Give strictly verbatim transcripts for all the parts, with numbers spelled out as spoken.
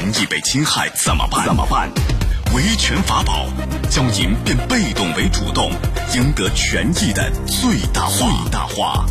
权益被侵害怎么办？怎么办？维权法宝，教您变被动为主动，赢得权益的最大化。最大化。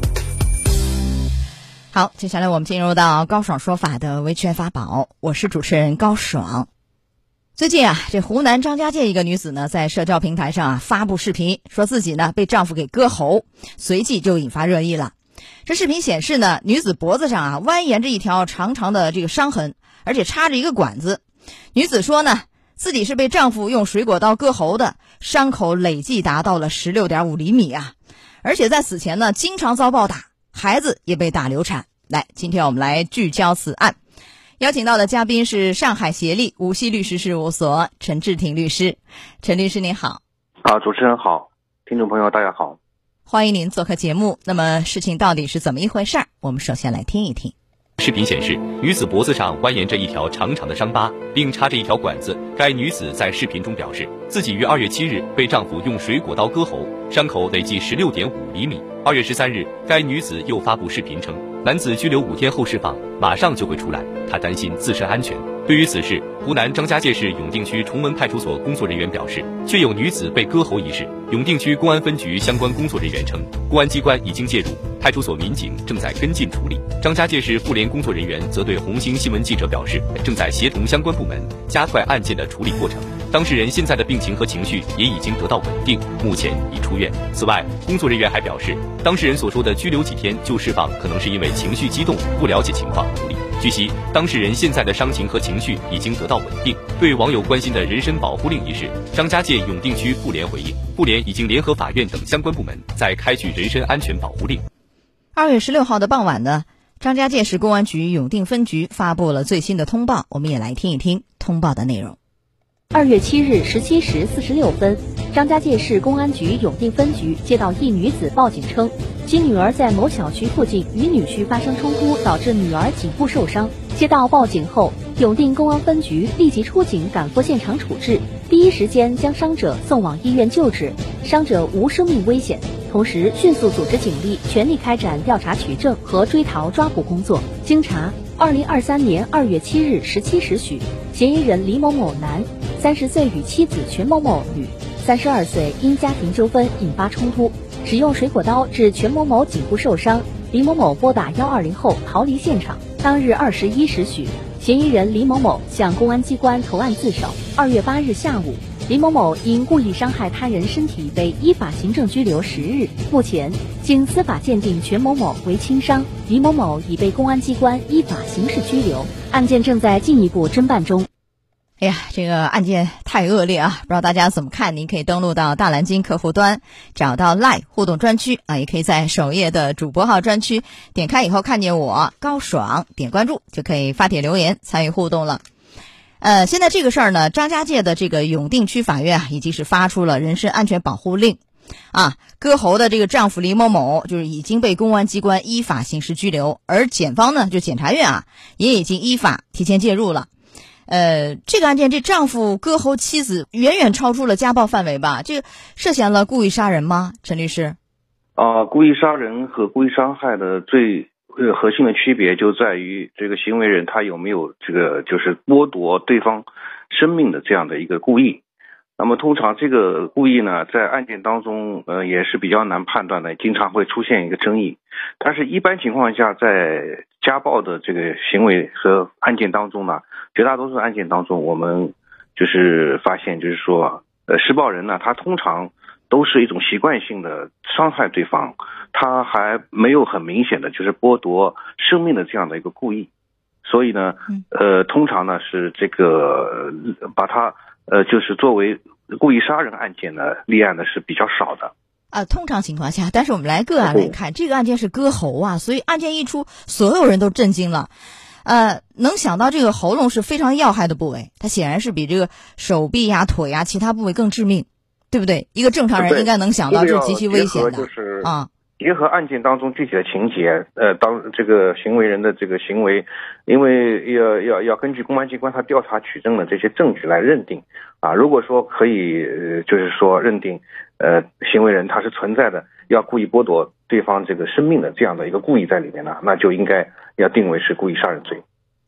好，接下来我们进入到高爽说法的维权法宝，我是主持人高爽。最近啊，这湖南张家界一个女子呢，在社交平台上啊发布视频，说自己呢被丈夫给割喉，随即就引发热议了。这视频显示呢，女子脖子上啊蜿蜒着一条长长的这个伤痕，而且插着一个管子。女子说呢，自己是被丈夫用水果刀割喉的，伤口累计达到了 十六点五厘米啊，而且在此前呢，经常遭暴打，孩子也被打流产。来，今天我们来聚焦此案。邀请到的嘉宾是上海协力无锡律师事务所陈志挺律师。陈律师您好。 啊，主持人好，听众朋友大家好， 欢迎您做客节目。那么事情到底是怎么一回事儿？我们首先来听一听。 视频显示，女子脖子上蜿蜒着一条长长的伤疤，并插着一条管子。该女子在视频中表示，自己于二月七日被丈夫用水果刀割喉，伤口累计 十六点五厘米。二月十三日，该女子又发布视频称，男子拘留五天后释放，马上就会出来，她担心自身安全。对于此事，湖南张家界市永定区崇文派出所工作人员表示，确有女子被割喉一事。永定区公安分局相关工作人员称，公安机关已经介入，派出所民警正在跟进处理。张家界市妇联工作人员则对红星新闻记者表示，正在协同相关部门加快案件的处理过程。当事人现在的病情和情绪也已经得到稳定，目前已出院。此外，工作人员还表示，当事人所说的拘留几天就释放，可能是因为情绪激动，不了解情况无力。据悉，当事人现在的伤情和情绪已经得到稳定。对网友关心的人身保护令一事，张家界永定区妇联回应，妇联已经联合法院等相关部门在开具人身安全保护令。 二月十六号的傍晚呢，张家界市公安局永定分局发布了最新的通报，我们也来听一听通报的内容。 二月七日十七时四十六分，张家界市公安局永定分局接到一女子报警称，其女儿在某小区附近与女婿发生冲突，导致女儿颈部受伤。接到报警后，永定公安分局立即出警赶赴现场处置，第一时间将伤者送往医院救治，伤者无生命危险。同时，迅速组织警力全力开展调查取证和追逃抓捕工作。经查，二零二三年二月七日十七时许，嫌疑人李某某男，三十岁与妻子全某某女，三十二岁因家庭纠纷引发冲突，使用水果刀致全某某颈部受伤，李某某拨打一二零后逃离现场。当日二十一时许，嫌疑人李某某向公安机关投案自首。二月八日下午，李某某因故意伤害他人身体被依法行政拘留十日。目前，经司法鉴定全某某为轻伤，李某某已被公安机关依法刑事拘留，案件正在进一步侦办中。 哎呀，这个案件太恶劣啊，不知道大家怎么看？您可以登录到大蓝鲸客户端，找到 Live 互动专区啊，也可以在首页的主播号专区点开以后看见我高爽，点关注就可以发帖留言参与互动了。呃，现在这个事儿呢，张家界的这个永定区法院啊，已经是发出了人身安全保护令啊，割喉的这个丈夫李某某就是已经被公安机关依法刑事拘留，而检方呢，就检察院啊，也已经依法提前介入了。呃，这个案件，这丈夫割喉妻子远远超出了家暴范围吧？这个涉嫌了故意杀人吗？陈律师？ 啊、呃，故意杀人和故意伤害的最呃核心的区别就在于这个行为人他有没有这个就是剥夺对方生命的这样的一个故意。那么通常这个故意呢，在案件当中呃也是比较难判断的，经常会出现一个争议。但是一般情况下，在家暴的这个行为和案件当中呢，绝大多数案件当中，我们就是发现，就是说，呃，施暴人呢，他通常都是一种习惯性的伤害对方，他还没有很明显的就是剥夺生命的这样的一个故意，所以呢，呃，通常呢是这个把他呃就是作为故意杀人案件呢立案的是比较少的。 啊，通常情况下，但是我们来个案来看，这个案件是割喉啊，所以案件一出，所有人都震惊了。呃，能想到这个喉咙是非常要害的部位，它显然是比这个手臂呀、腿呀其他部位更致命，对不对？一个正常人应该能想到，这是极其危险的、 就是、 啊。 结合案件当中具体的情节，呃，当这个行为人的这个行为，因为要要要根据公安机关他调查取证的这些证据来认定啊。如果说可以，呃、就是说认定，呃，行为人他是存在的要故意剥夺对方这个生命的这样的一个故意在里面呢，那就应该要定为是故意杀人罪。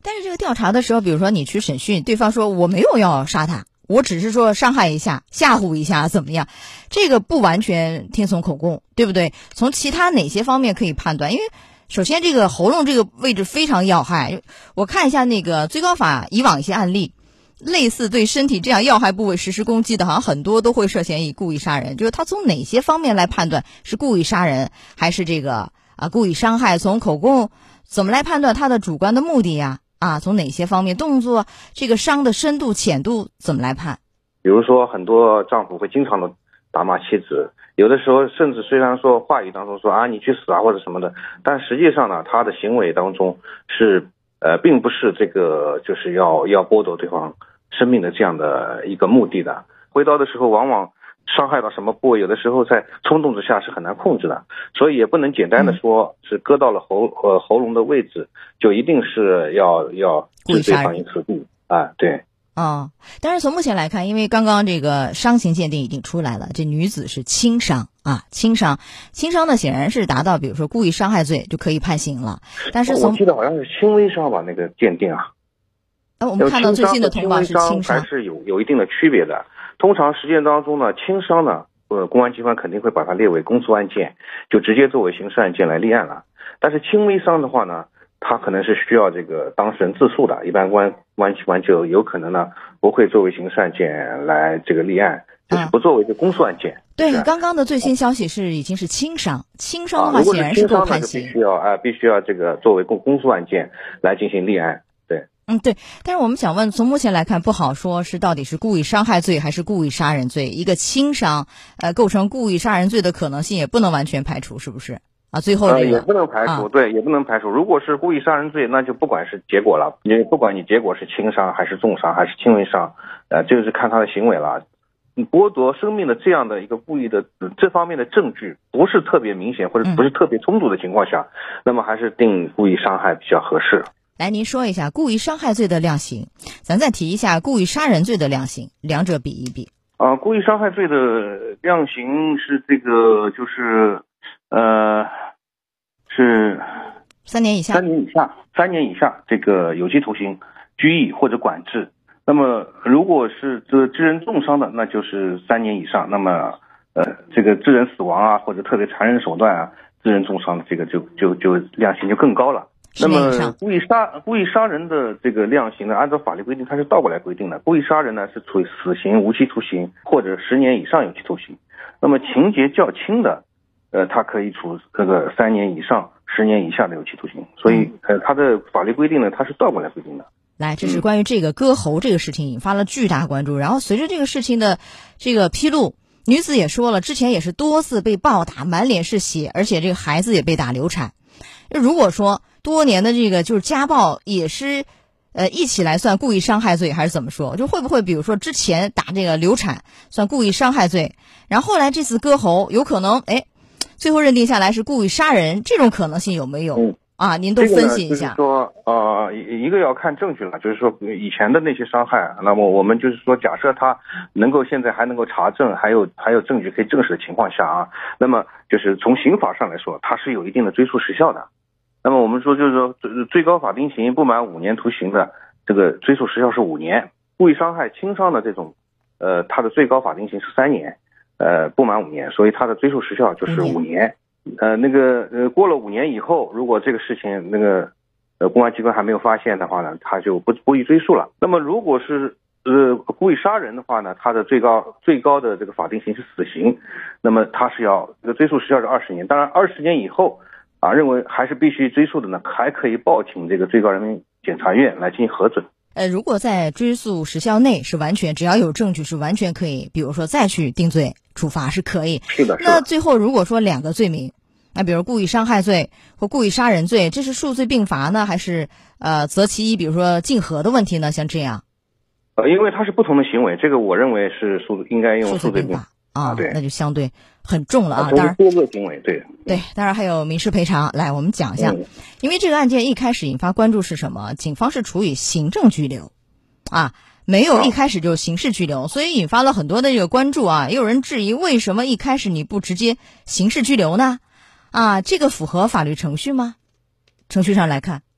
但是这个调查的时候，比如说你去审讯，对方说我没有要杀他，我只是说伤害一下、吓唬一下，怎么样？这个不完全听从口供，对不对？从其他哪些方面可以判断？因为首先这个喉咙这个位置非常要害，我看一下那个最高法以往一些案例，类似对身体这样要害部位实施攻击的，好像很多都会涉嫌以故意杀人。就是他从哪些方面来判断是故意杀人，还是这个啊故意伤害？从口供怎么来判断他的主观的目的呀？啊，从哪些方面？动作这个伤的深度浅度怎么来判？ 比如说很多丈夫会经常的打骂妻子，有的时候甚至虽然说话语当中说啊你去死啊或者什么的，但实际上呢他的行为当中是呃并不是这个就是要要剥夺对方生命的这样的一个目的的。挥刀的时候往往伤害到什么部位，有的时候在冲动之下是很难控制的，所以也不能简单的说是割到了喉呃喉咙的位置就一定是要要置对方于死地啊。对。 哦，但是从目前来看，因为刚刚这个伤情鉴定已经出来了，这女子是轻伤啊，轻伤，轻伤呢显然是达到比如说故意伤害罪就可以判刑了。但是从我记得好像是轻微伤吧，那个鉴定啊。 呃，我们看到最新的通报是轻伤， 还是有有一定的区别的。通常实践当中呢，轻伤呢，呃，公安机关肯定会把它列为公诉案件，就直接作为刑事案件来立案了。但是轻微伤的话呢，它可能是需要这个当事人自诉的，一般公安公安机关就有可能呢不会作为刑事案件来这个立案，就是不作为这公诉案件。 嗯、对，刚刚的最新消息是已经是轻伤，轻伤的话显然是够判刑， 啊、必须要啊、呃，必须要这个作为公公诉案件来进行立案。对。 嗯，对，但是我们想问，从目前来看，不好说是到底是故意伤害罪还是故意杀人罪。一个轻伤，呃，构成故意杀人罪的可能性也不能完全排除，是不是？啊，最后这个、呃、 也不能排除、啊，对，也不能排除。如果是故意杀人罪，那就不管是结果了，你不管你结果是轻伤还是重伤还是轻微伤，呃，这个是看他的行为了。剥夺生命的这样的一个故意的这方面的证据不是特别明显或者不是特别充足的情况下，嗯、那么还是定故意伤害比较合适。 来，您说一下故意伤害罪的量刑，咱再提一下故意杀人罪的量刑，两者比一比。 啊、呃，故意伤害罪的量刑是这个，就是呃，是三年以下， 三年以下，三年以下这个有期徒刑、拘役或者管制。那么，如果是这致人重伤的，那就是三年以上。那么，呃，这个致人死亡啊，或者特别残忍手段啊，致人重伤的这个就就就量刑就更高了。那么故意杀故意杀人的这个量刑呢，按照法律规定它是倒过来规定的。故意杀人呢是处于死刑、无期徒刑或者十年以上有期徒刑。那么情节较轻的，呃，它可以处这个三年以上、十年以下的有期徒刑。所以，呃，它的法律规定呢，它是倒过来规定的。 来，这是关于这个割喉这个事情引发了巨大关注。然后随着这个事情的这个披露，女子也说了，之前也是多次被暴打，满脸是血，而且这个孩子也被打流产。如果说多年的这个就是家暴也是，呃，一起来算故意伤害罪，还是怎么说？就会不会比如说之前打这个流产算故意伤害罪，然后后来这次割喉有可能，哎，最后认定下来是故意杀人，这种可能性有没有？嗯啊，您都分析一下。 这个、就是说，呃，一个要看证据了，就是说以前的那些伤害，那么我们就是说，假设他能够现在还能够查证，还有还有证据可以证实的情况下啊，那么就是从刑法上来说，它是有一定的追诉时效的。那么我们说，就是说最高法定刑不满五年徒刑的这个追诉时效是五年，故意伤害轻伤的这种，呃，它的最高法定刑是三年，呃，不满五年，所以它的追诉时效就是五年。呃，那个呃，过了五年以后，如果这个事情那个呃公安机关还没有发现的话呢，他就不不予追诉了。那么如果是呃故意杀人的话呢，他的最高最高的这个法定刑是死刑，那么他是要这个追诉时效是二十年。当然，二十年以后啊，认为还是必须追诉的呢，还可以报请这个最高人民检察院来进行核准。 呃，如果在追诉时效内是完全，只要有证据是完全可以，比如说再去定罪处罚是可以。 是的，是的。 那最后如果说两个罪名，那比如故意伤害罪或故意杀人罪，这是数罪并罚呢，还是呃择其一，比如说竞合的问题呢？像这样。 呃，因为它是不同的行为，这个我认为是数应该用数罪并罚啊， 对， 那就相对很重了啊。 当然多个行为，对对，当然还有民事赔偿。来，我们讲一下，嗯、因为这个案件一开始引发关注是什么？警方是处以行政拘留啊，没有一开始就刑事拘留，所以引发了很多的这个关注啊。也有人质疑，为什么一开始你不直接刑事拘留呢？啊，这个符合法律程序吗？程序上来看。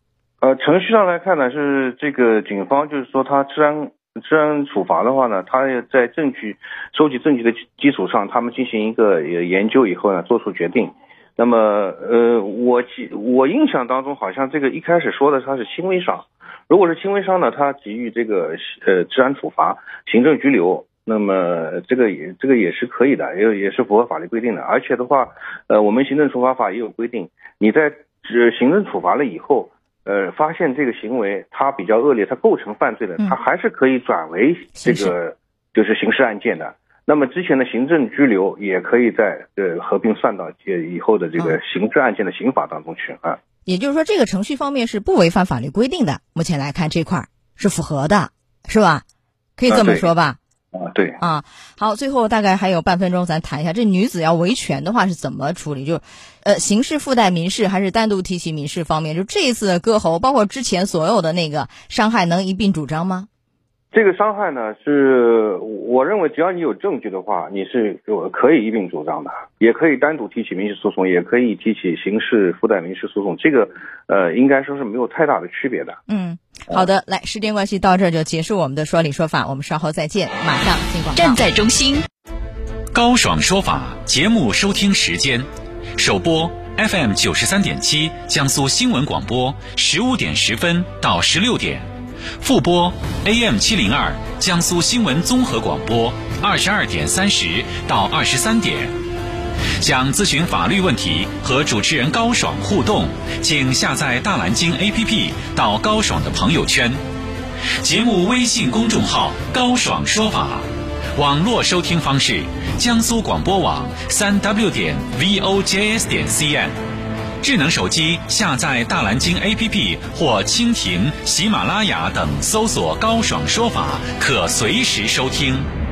呃，程序上来看呢，是这个警方就是说他治安治安处罚的话呢，他也在证据收集证据的基础上，他们进行一个研究以后呢，做出决定。那么呃，我记我印象当中好像这个一开始说的他是轻微伤，如果是轻微伤呢，他给予这个呃治安处罚、行政拘留。那么这个也这个也是可以的，也也是符合法律规定的。而且的话，呃，我们行政处罚法也有规定，你在呃行政处罚了以后，呃，发现这个行为它比较恶劣，它构成犯罪的，它还是可以转为这个就是刑事案件的。那么之前的行政拘留也可以在呃合并算到呃以后的这个刑事案件的刑法当中去啊。 也就是说，这个程序方面是不违反法律规定的。目前来看，这块是符合的，是吧？可以这么说吧？ 啊，对啊，好，最后大概还有半分钟，咱谈一下这女子要维权的话是怎么处理？就，呃，刑事附带民事还是单独提起民事方面？就这一次割喉，包括之前所有的那个伤害，能一并主张吗？ 这个伤害呢，是我认为只要你有证据的话，你是可以一并主张的，也可以单独提起民事诉讼，也可以提起刑事附带民事诉讼，这个呃应该说是没有太大的区别的。 嗯，好的，来，时间关系到这儿就结束我们的说理说法，我们稍后再见，马上进广告。 站在中心， 高爽说法节目收听时间，首播 F M 九十三点七江苏新闻广播十五点十分到十六点。复播 A M 七零二江苏新闻综合广播二十二点三十到二十三点。想咨询法律问题和主持人高爽互动，请下载大蓝鲸 A P P 到高爽的朋友圈。节目微信公众号高爽说法，网络收听方式江苏广播网三 w 点 v o j s 点 c n。智能手机下载大蓝鲸 A P P 或蜻蜓、喜马拉雅等，搜索高爽说法，可随时收听。